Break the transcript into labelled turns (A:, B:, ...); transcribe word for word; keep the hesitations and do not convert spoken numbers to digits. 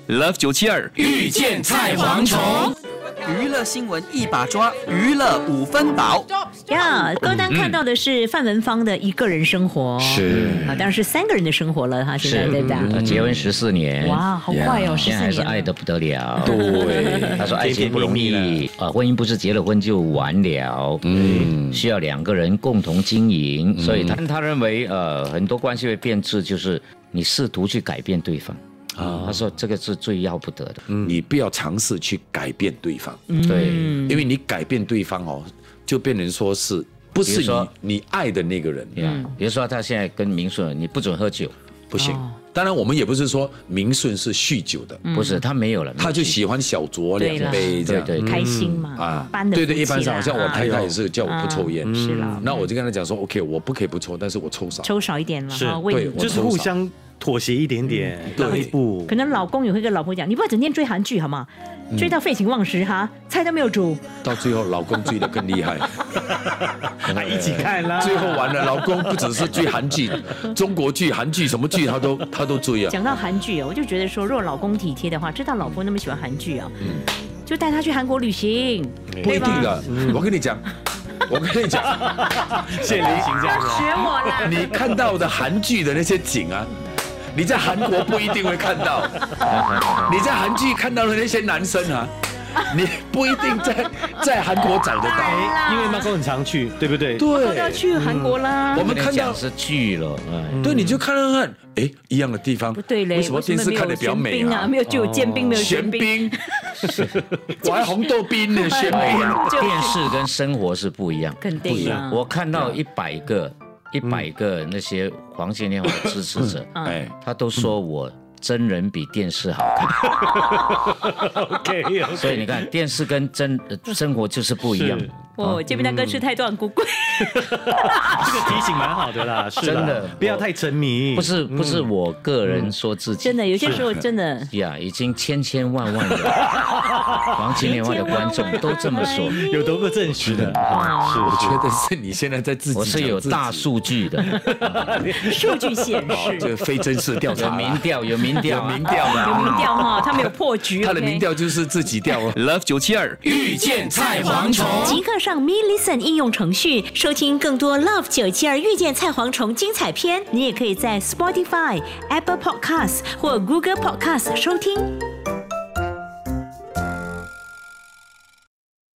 A: Love 九七二遇见菜蝗虫，
B: 娱乐新闻一把抓，娱乐五分饱。
C: 呀，歌单看到的是范文芳的一个人生活，
D: 是
C: 啊，当然是三个人的生活了哈，现在对不对？
E: 嗯结婚十四年，
C: 哇，好快哦，十
E: 现在还是
C: 四年了。
E: 爱的不得了。
D: 对，
E: 他说爱情不容易啊，婚姻不是结了婚就完了，嗯，需要两个人共同经营。所以他他认为呃，很多关系会变质，就是你试图去改变对方。啊，他说这个是最要不得的。
D: 嗯，你不要尝试去改变对方，
E: 对，
D: 因为你改变对方哦，就变成说是不是你你爱的那个人？
E: 嗯，比如说他现在跟明顺，你不准喝酒，
D: 不行。当然，我们也不是说明顺是酗酒的，
E: 不是他没有了，
D: 他就喜欢小酌两杯这样，
E: 对对，
C: 开心嘛
D: 啊，
C: 般的
D: 对对，一般上
C: 夫妻啦
D: 像我太太也是叫我不抽烟，
C: 是啦，
D: 那我就跟他讲说 ，OK， 我不可以不抽，但是我抽少，
C: 抽少一点了，
F: 是
C: 哈为
D: 对
C: 你
F: 就是互相妥协一点点，让一步。
C: 可能老公也会跟老婆讲，你不要整天追韩剧好吗？追到废寝忘食哈，菜都没有煮。
D: 到最后老公追得更厉害，
F: 还一起看啦。
D: 最后完了，老公不只是追韩剧，中国剧、韩剧什么剧他都他都追啊。
C: 讲到韩剧哦，我就觉得说，如果老公体贴的话，知道老婆那么喜欢韩剧啊，就带她去韩国旅行，
D: 不一定的。我跟你讲，我跟你讲，
F: 现流行这样子。
C: 学我啦！
D: 你看到的韩剧的那些景啊，你在韩国不一定会看到。你在韩剧看到的那些男生啊，你不一定在在韩国找得到。
F: 因为妈公很常去，对不对？
C: 都
D: 对，
C: 要去韩国啦。
D: 我们看到
E: 是剧了，哎，
D: 对，你就看看看，哎，一样的地方，
C: 不对嘞，
D: 为什么电视看得比较美啊？
C: 没有就有煎饼，没有
D: 玄
C: 玄冰。
D: 冰，我还红豆冰呢，玄冰。
E: 电视跟生活是不一样，
C: 肯定啊。
E: 我看到一百个一百个那些黄金年华的支持者，
D: 哎，
E: 他都说我真人比电视好看。
F: OK，
E: 所以你看，电视跟真生活就是不一样。
C: 哦，煎饼蛋哥吃太多很贵。
F: 这个提醒蛮好的啦，是
E: 真的
F: 不要太沉迷。
E: 不是不是我个人说自己，
C: 真的有些时候真的
E: 呀，已经千千万万的黄金年华的观众都这么说，
F: 有多个证实的。是，
D: 我觉得是你现在在自己，
E: 我是有大数据的，
C: 数据显示，
D: 这非真实调
E: 有
D: 查，
E: 民调有民调
D: 有民调的，
C: 有民调哈，他没有破局，
D: 他的民调就是自己调。
A: Love 九七二遇见菜蝗虫，
C: 即刻上 Me Listen 应用程序收听更多 Love 九七二遇见菜蝗虫精彩片。你也可以在 Spotify、Apple Podcasts 或 Google Podcasts 收听。